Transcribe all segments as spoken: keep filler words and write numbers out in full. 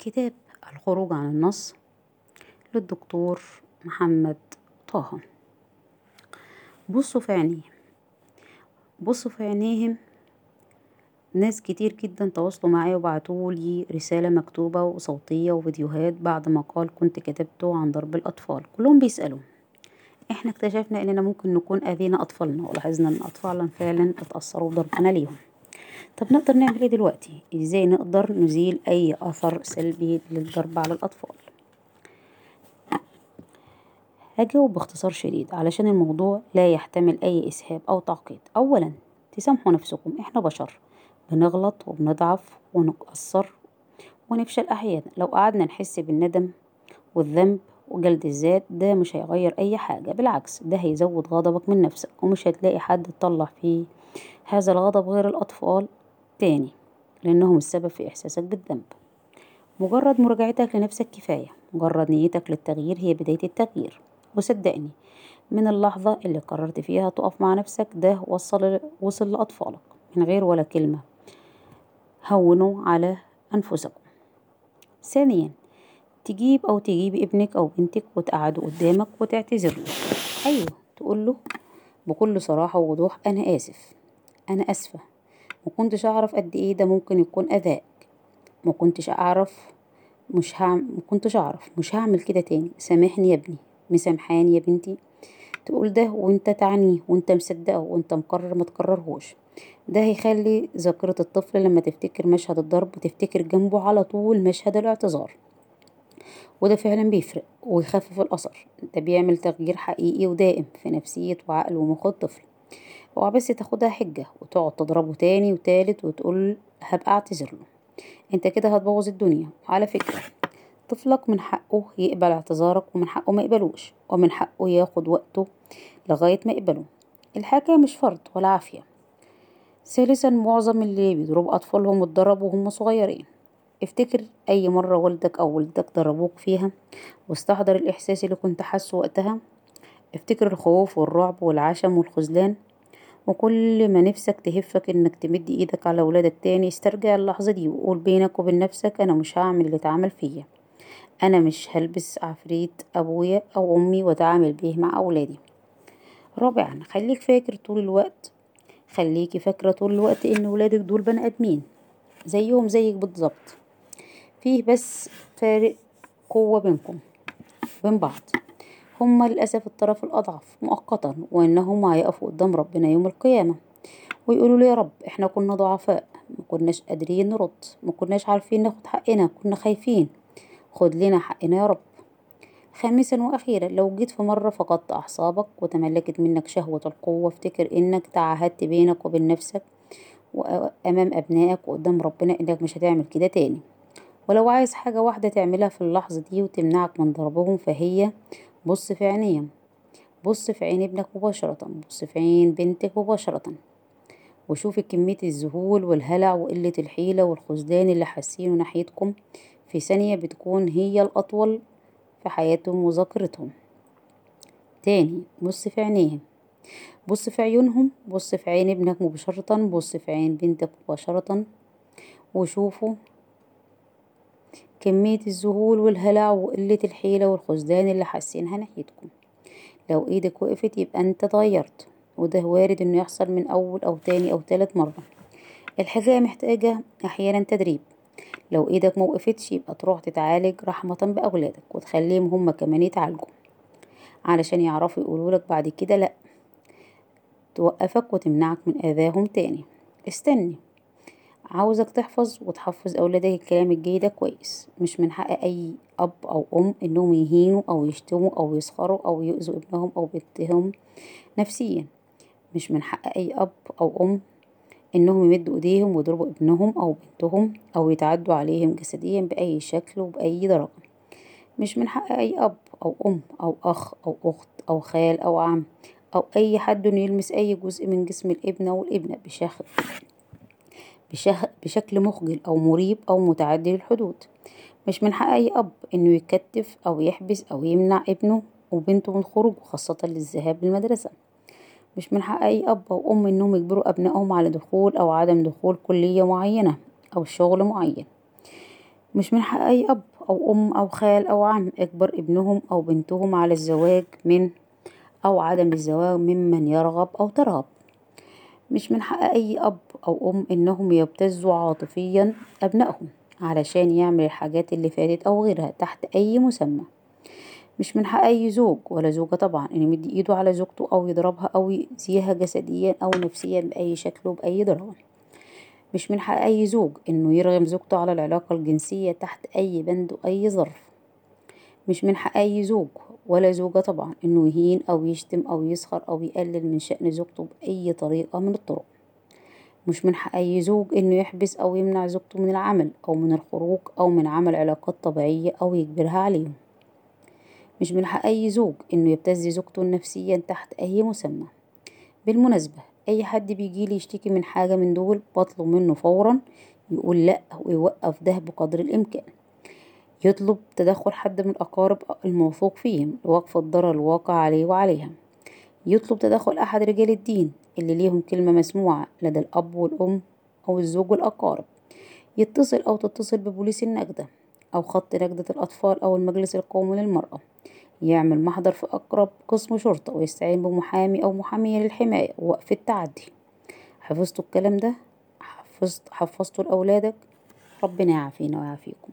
كتاب الخروج عن النص للدكتور محمد طه. بصوا في عينيهم بصوا في عينيهم ناس كتير جدا تواصلوا معايا وبعتولي رسالة مكتوبة وصوتية وفيديوهات بعد مقال كنت كتبته عن ضرب الأطفال. كلهم بيسألوا احنا اكتشفنا اننا ممكن نكون اذينا اطفالنا، ولاحظنا ان اطفالنا فعلا اتأثروا بضربنا ليهم. طب نقدر نعمل ايه دلوقتي؟ ازاي نقدر نزيل اي اثر سلبي للضرب على الاطفال؟ هجاوب باختصار شديد علشان الموضوع لا يحتمل اي اسهاب او تعقيد. اولا، تسامحوا نفسكم، احنا بشر بنغلط وبنضعف ونقصر ونفشل احيانا. لو قعدنا نحس بالندم والذنب وجلد الذات ده مش هيغير اي حاجة، بالعكس ده هيزود غضبك من نفسك، ومش هتلاقي حد تطلع فيه هذا الغضب غير الاطفال تاني، لانهم السبب في احساسك بالذنب. مجرد مراجعتك لنفسك كفاية، مجرد نيتك للتغيير هي بداية التغيير. وصدقني، من اللحظة اللي قررت فيها تقف مع نفسك ده وصل وصل لأطفالك من غير ولا كلمة. هونوا على أنفسكم. ثانيا، تجيب أو تجيب ابنك أو بنتك وتقعدوا قدامك وتعتذر له. أيوه، تقول له بكل صراحة ووضوح أنا آسف، أنا أسفة، مكنتش أعرف قد إيه ده ممكن يكون أذاك، مكنتش أعرف مش هعمل مكنتش أعرف مش هعمل كده تاني، سامحني يا ابني، مسامحاني يا بنتي. تقول ده وانت تعنيه وانت مصدقه وانت مقرر ما تكررهوش. ده هيخلي ذاكرة الطفل لما تفتكر مشهد الضرب تفتكر جنبه على طول مشهد الاعتذار، وده فعلا بيفرق ويخفف الأثر. ده بيعمل تغيير حقيقي ودائم في نفسية وعقل ومخ الطفل. اوعى بس تاخدها حجة وتقعد تضربه تاني وتالت وتقول هبقى اعتذر له، انت كده هتبوظ الدنيا. وعلى فكرة، طفلك من حقه يقبل اعتذارك ومن حقه ما يقبلوش، ومن حقه ياخد وقته لغاية ما يقبله. الحكاية مش فرض ولا عافية. ثالثا، معظم اللي بيضربوا أطفالهم اتضربوا وهم صغيرين. افتكر أي مرة والدك أو والدتك ضربوك فيها واستحضر الإحساس اللي كنت حاسه وقتها. افتكر الخوف والرعب والعشم والخذلان، وكل ما نفسك تهفك انك تمد ايدك على ولادك تاني استرجع اللحظة دي وقول بينك وبين نفسك انا مش هعمل اللي اتعمل فيا، انا مش هلبس عفريت ابويا او امي واتعامل بيه مع اولادي. رابعا، خليك فاكر طول الوقت خليكي فاكرة طول الوقت ان ولادك دول بني ادمين زيهم زيك بالظبط، فيه بس فارق قوة بينكم وبين بعض. هما للأسف الطرف الأضعف مؤقتا، وإنهم هيقفوا قدام ربنا يوم القيامة ويقولوا له يا رب احنا كنا ضعفاء، ما كناش قادرين نرد، ما كناش عارفين ناخد حقنا، كنا خايفين، خد لنا حقنا يا رب. خامسا وأخيرا، لو جيت في مرة فقدت أعصابك وتملكت منك شهوة القوة، افتكر إنك تعهدت بينك وبين نفسك وأمام أبنائك وقدام ربنا إنك مش هتعمل كده تاني. ولو عايز حاجة واحدة تعملها في اللحظة دي وتمنعك من ضربهم فهي بص في عينيهم، بص في عين ابنك مباشرة، بص في عين بنتك مباشرة، وشوفي كمية الذهول والهلع وقلة الحيلة والخذلان اللي حاسينه ناحيتكم في ثانية بتكون هي الأطول في حياتهم وذاكرتهم. تاني، بص في عينيهم، بص في عيونهم، بص في عين ابنك مباشرة، بص في عين بنتك مباشرة، وشوفوا كمية الذهول والهلع وقلة الحيلة والخذلان اللي حاسينها ناحيتكم. لو ايدك وقفت يبقى انت اتغيرت، وده وارد انه يحصل من اول او تاني او تالت مرة. الحكاية محتاجة احيانا تدريب. لو ايدك موقفتش يبقى تروح تتعالج رحمة بأولادك وتخليهم هم كمان يتعالجوا علشان يعرفوا يقولولك بعد كده لأ، توقفك وتمنعك من اذاهم تاني. استني، عاوزك تحفظ وتحفظ أولادك الكلام الجيد ده كويس. مش من حق أي أب أو أم إنهم يهينوا أو يشتموا أو يسخروا أو يؤذوا ابنهم أو بنتهم نفسيا. مش من حق أي أب أو أم إنهم يمدوا إيديهم ويضربوا ابنهم أو بنتهم أو يتعدوا عليهم جسديا بأي شكل وبأي درجة. مش من حق أي أب أو أم أو أخ أو أخت أو خال أو عم أو أي حد إنه يلمس أي جزء من جسم الابن أو الابنة بشكل بشه... بشكل مخجل أو مريب أو متعدي للحدود. مش من حق أي أب إنه يكتف أو يحبس أو يمنع ابنه وبنته من الخروج وخاصة للذهاب للمدرسة. مش من حق أي أب أو أم إنهم يجبروا أبنائهم على دخول أو عدم دخول كلية معينة أو شغل معين. مش من حق أي أب أو أم أو خال أو عم إجبار ابنهم أو بنتهم على الزواج من أو عدم الزواج ممن يرغب أو ترغب. مش من حق أي أب أو أم إنهم يبتزوا عاطفيا أبنائهم علشان يعمل الحاجات اللي فاتت أو غيرها تحت أي مسمى. مش من حق أي زوج ولا زوجة طبعا إنه يمد إيده على زوجته أو يضربها أو يأذيها جسديا أو نفسيا بأي شكل وبأي ضرر. مش من حق أي زوج إنه يرغم زوجته على العلاقة الجنسية تحت أي بند وأي ظرف. مش من حق أي زوج ولا زوجة طبعا إنه يهين أو يشتم أو يسخر أو يقلل من شأن زوجته بأي طريقة من الطرق. مش من حق أي زوج إنه يحبس أو يمنع زوجته من العمل أو من الخروج أو من عمل علاقات طبيعية أو يجبرها عليهم. مش من حق أي زوج إنه يبتز زوجته نفسيا تحت أي مسمى. بالمناسبة أي حد بيجيلي يشتكي من حاجة من دول بطلب منه فورا يقول لأ ويوقف ده بقدر الإمكان. يطلب تدخل حد من الأقارب الموثوق فيهم لوقف الضرر الواقع عليه وعليها. يطلب تدخل أحد رجال الدين اللي ليهم كلمة مسموعة لدى الأب والأم أو الزوج والأقارب. يتصل أو تتصل ببوليس النجدة أو خط نجدة الأطفال أو المجلس القومي للمرأة. يعمل محضر في أقرب قسم شرطة ويستعين بمحامي أو محامية للحماية ووقف التعدي. حفظتوا الكلام ده؟ حفظت حفظتوا لأولادك؟ ربنا يعافينا ويعافيكم.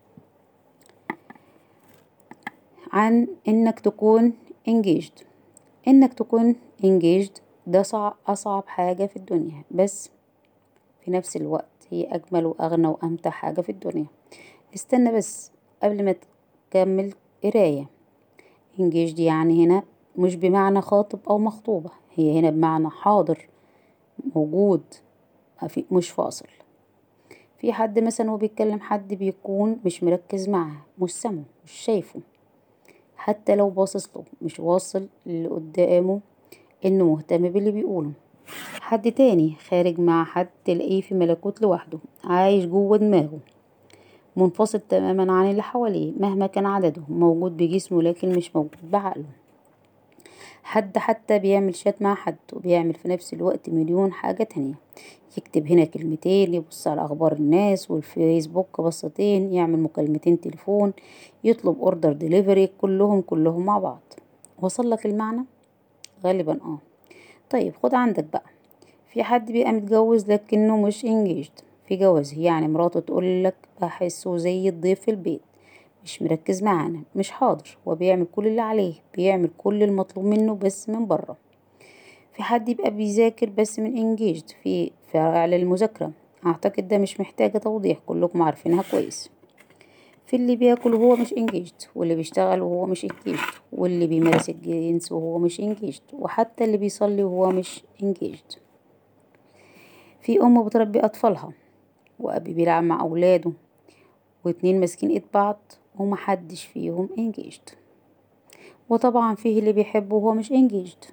عن إنك تكون engaged. إنك تكون engaged ده صعب أصعب حاجة في الدنيا، بس في نفس الوقت هي أجمل وأغنى وأمتع حاجة في الدنيا. استنى بس قبل ما تكمل قراية. engaged يعني هنا مش بمعنى خاطب أو مخطوبة، هي هنا بمعنى حاضر موجود مش فاصل. في حد مثلا هو بيتكلم حد بيكون مش مركز معاه، مش سامعه مش شايفه، حتى لو باصص له مش واصل اللي قدامه انه مهتم باللي بيقوله. حد تاني خارج مع حد تلاقيه في ملكوت لوحده عايش جوه دماغه منفصل تماما عن اللي حواليه مهما كان عدده، موجود بجسمه لكن مش موجود بعقله. حد حتى بيعمل شات مع حد وبيعمل في نفس الوقت مليون حاجة تانية، يكتب هنا كلمتين، يبص على أخبار الناس والفيسبوك بصتين، يعمل مكالمتين تليفون، يطلب اوردر ديليفري، كلهم كلهم مع بعض. وصل لك المعنى؟ غالبا اه. طيب خد عندك بقى، في حد بيبقى متجوز لكنه مش انجيجد في جوازه، يعني مراته تقول لك بحسه زي الضيف في البيت، مش مركز معانا مش حاضر، وبيعمل كل اللي عليه، بيعمل كل المطلوب منه بس من بره. في حد يبقى بيذاكر بس من انجيجد في فعل المذاكرة، اعتقد ده مش محتاجة توضيح كلكم عارفينها كويس. في اللي بياكل وهو مش انجيجد، واللي بيشتغل وهو مش انجيجد، واللي بيمارس الجنس وهو مش انجيجد، وحتى اللي بيصلي وهو مش انجيجد. في ام بتربي اطفالها وابي بيلعب مع اولاده واتنين ماسكين ايد بعض ومحدش فيهم انجيجد. وطبعا فيه اللي بيحبه وهو مش انجيجد.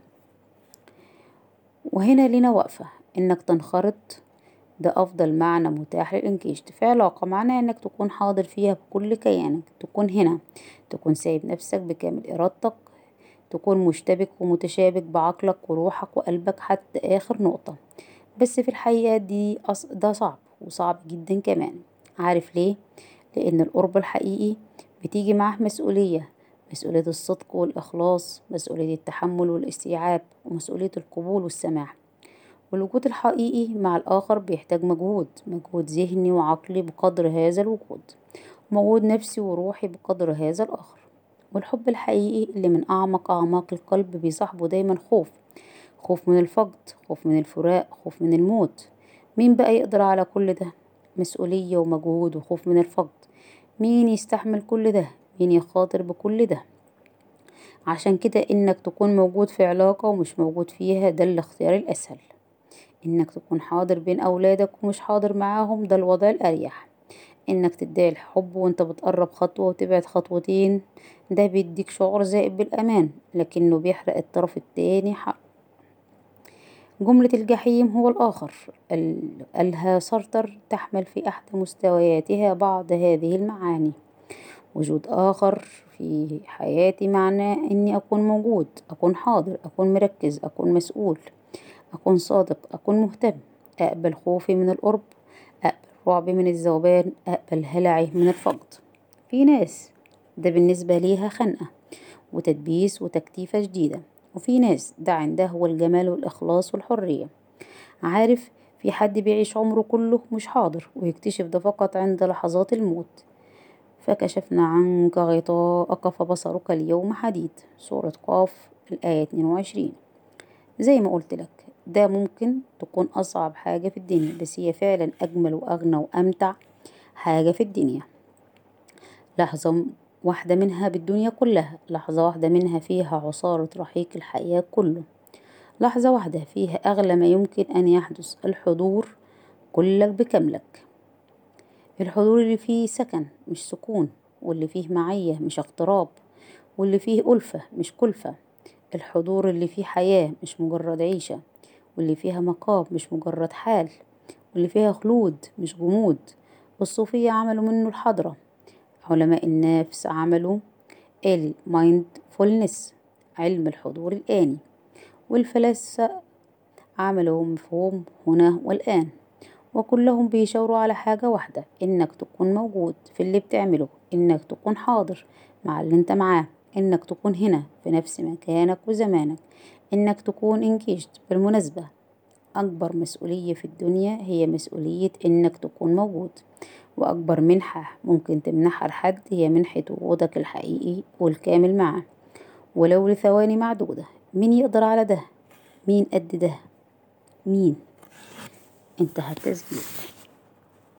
وهنا لنا وقفة، انك تنخرط ده افضل معنى متاح للانجيجد في علاقة، معناه انك تكون حاضر فيها بكل كيانك، تكون هنا، تكون سايب نفسك بكامل ارادتك، تكون مشتبك ومتشابك بعقلك وروحك وقلبك حتى اخر نقطة. بس في الحقيقة دي أص... ده صعب وصعب جدا كمان. عارف ليه؟ لان القرب الحقيقي بتيجي معاه مسؤولية، مسؤولية الصدق والإخلاص، مسؤولية التحمل والاستيعاب، ومسؤولية القبول والسماح. والوجود الحقيقي مع الآخر بيحتاج مجهود، مجهود ذهني وعقلي بقدر هذا الوجود، مجهود نفسي وروحي بقدر هذا الآخر. والحب الحقيقي اللي من أعمق أعماق القلب بيصاحبه دايما خوف، خوف من الفقد، خوف من الفراق، خوف من الموت. مين بقى يقدر على كل ده؟ مسؤولية ومجهود وخوف من الفقد. مين يستحمل كل ده؟ مين يخاطر بكل ده؟ عشان كده إنك تكون موجود في علاقة ومش موجود فيها ده الاختيار الأسهل. إنك تكون حاضر بين أولادك ومش حاضر معاهم ده الوضع الأريح. إنك تدعي الحب وإنت بتقرب خطوة وتبعد خطوتين ده بيديك شعور زائد بالأمان، لكنه بيحرق الطرف التاني حق. جملة الجحيم هو الآخر ال- قالها سارتر، تحمل في أحد مستوياتها بعض هذه المعاني. وجود آخر في حياتي معناه إني أكون موجود، أكون حاضر، أكون مركز، أكون مسؤول، أكون صادق، أكون مهتم، أقبل خوفي من القرب، أقبل رعب من الذوبان، أقبل هلعي من الفقد. في ناس ده بالنسبة ليها خنقة وتدبيس وتكتيفة جديدة، وفي ناس ده عندها هو الجمال والإخلاص والحرية. عارف، في حد بيعيش عمره كله مش حاضر ويكتشف ده فقط عند لحظات الموت. فكشفنا عنك غطاءك فبصرك اليوم حديد. سورة قاف الآية اتنين وعشرين. زي ما قلت لك، ده ممكن تكون أصعب حاجة في الدنيا، بس هي فعلا أجمل وأغنى وأمتع حاجة في الدنيا. لحظة واحدة منها بالدنيا كلها، لحظة واحدة منها فيها عصارة رحيق الحياة كله، لحظة واحدة فيها أغلى ما يمكن أن يحدث، الحضور كلك بكملك. الحضور اللي فيه سكن مش سكون، واللي فيه معية مش اغتراب، واللي فيه ألفة مش كلفة. الحضور اللي فيه حياة مش مجرد عيشة، واللي فيها مقام مش مجرد حال، واللي فيها خلود مش جمود. الصوفية عملوا منه الحضرة، علماء النفس عملوا المايندفولنس، علم الحضور الآني، والفلاسفة عملوا مفهوم هنا والآن. وكلهم بيشاوروا على حاجة واحدة، إنك تكون موجود في اللي بتعمله، إنك تكون حاضر مع اللي انت معاه، إنك تكون هنا في نفس مكانك وزمانك، إنك تكون انجيجد. بالمناسبة، أكبر مسؤولية في الدنيا هي مسؤولية إنك تكون موجود، وأكبر منحة ممكن تمنحها لحد هي منحة وجودك الحقيقي والكامل معه، ولو لثواني معدودة. مين يقدر على ده؟ مين قد ده؟ مين؟ انتهى التسجيل.